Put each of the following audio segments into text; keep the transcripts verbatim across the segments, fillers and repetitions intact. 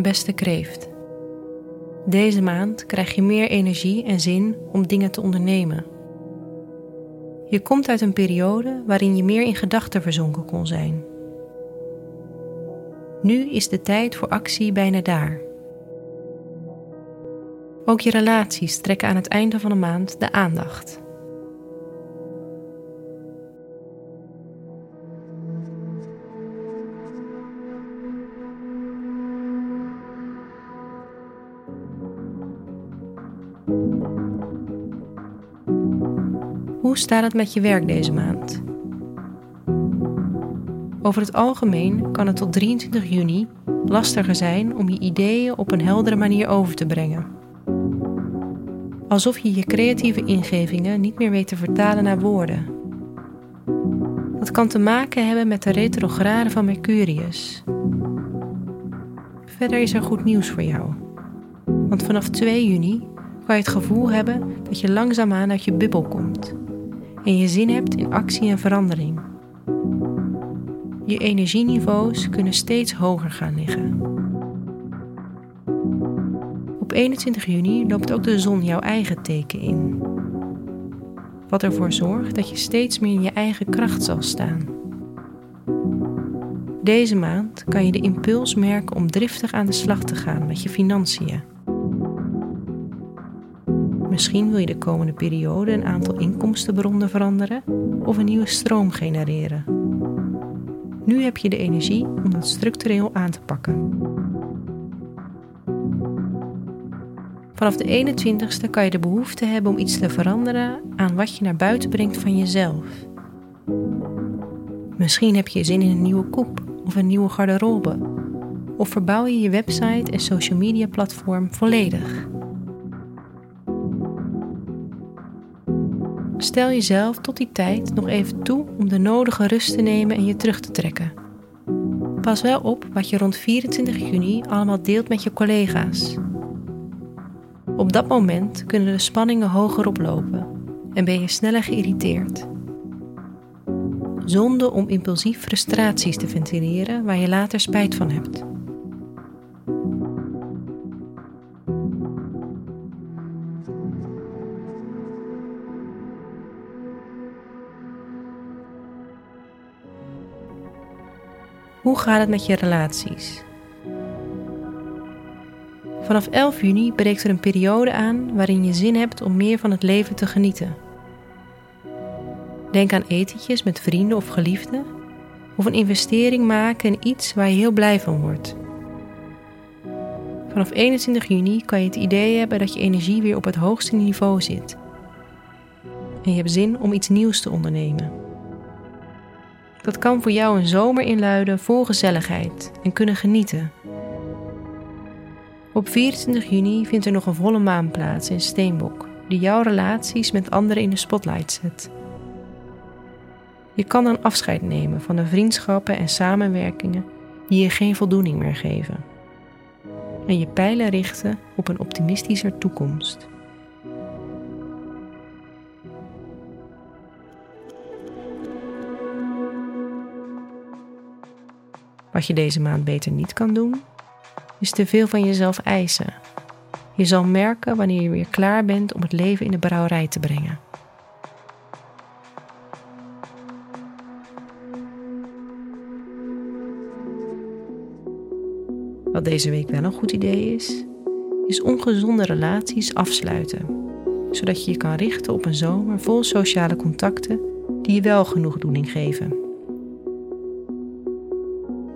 Beste kreeft. Deze maand krijg je meer energie en zin om dingen te ondernemen. Je komt uit een periode waarin je meer in gedachten verzonken kon zijn. Nu is de tijd voor actie bijna daar. Ook je relaties trekken aan het einde van de maand de aandacht. Hoe staat het met je werk deze maand? Over het algemeen kan het tot drieëntwintig juni lastiger zijn om je ideeën op een heldere manier over te brengen. Alsof je je creatieve ingevingen niet meer weet te vertalen naar woorden. Dat kan te maken hebben met de retrograde van Mercurius. Verder is er goed nieuws voor jou. Want vanaf twee juni kan je het gevoel hebben dat je langzaamaan uit je bubbel komt. En je zin hebt in actie en verandering. Je energieniveaus kunnen steeds hoger gaan liggen. Op eenentwintig juni loopt ook de zon jouw eigen teken in. Wat ervoor zorgt dat je steeds meer in je eigen kracht zal staan. Deze maand kan je de impuls merken om driftig aan de slag te gaan met je financiën. Misschien wil je de komende periode een aantal inkomstenbronnen veranderen of een nieuwe stroom genereren. Nu heb je de energie om dat structureel aan te pakken. Vanaf de eenentwintigste kan je de behoefte hebben om iets te veranderen aan wat je naar buiten brengt van jezelf. Misschien heb je zin in een nieuwe koep of een nieuwe garderobe. Of verbouw je je website en social media platform volledig. Stel jezelf tot die tijd nog even toe om de nodige rust te nemen en je terug te trekken. Pas wel op wat je rond vierentwintig juni allemaal deelt met je collega's. Op dat moment kunnen de spanningen hoger oplopen en ben je sneller geïrriteerd. Zonde om impulsief frustraties te ventileren waar je later spijt van hebt. Hoe gaat het met je relaties? Vanaf elf juni breekt er een periode aan waarin je zin hebt om meer van het leven te genieten. Denk aan etentjes met vrienden of geliefden, of een investering maken in iets waar je heel blij van wordt. Vanaf eenentwintig juni kan je het idee hebben dat je energie weer op het hoogste niveau zit. En je hebt zin om iets nieuws te ondernemen. Dat kan voor jou een zomer inluiden vol gezelligheid en kunnen genieten. Op vierentwintig juni vindt er nog een volle maan plaats in Steenbok, die jouw relaties met anderen in de spotlight zet. Je kan dan afscheid nemen van de vriendschappen en samenwerkingen die je geen voldoening meer geven. En je pijlen richten op een optimistischer toekomst. Wat je deze maand beter niet kan doen, is te veel van jezelf eisen. Je zal merken wanneer je weer klaar bent om het leven in de brouwerij te brengen. Wat deze week wel een goed idee is, is ongezonde relaties afsluiten, zodat je je kan richten op een zomer vol sociale contacten die je wel genoegdoening geven.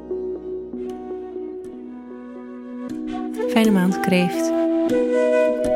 Fijne maand, kreeft.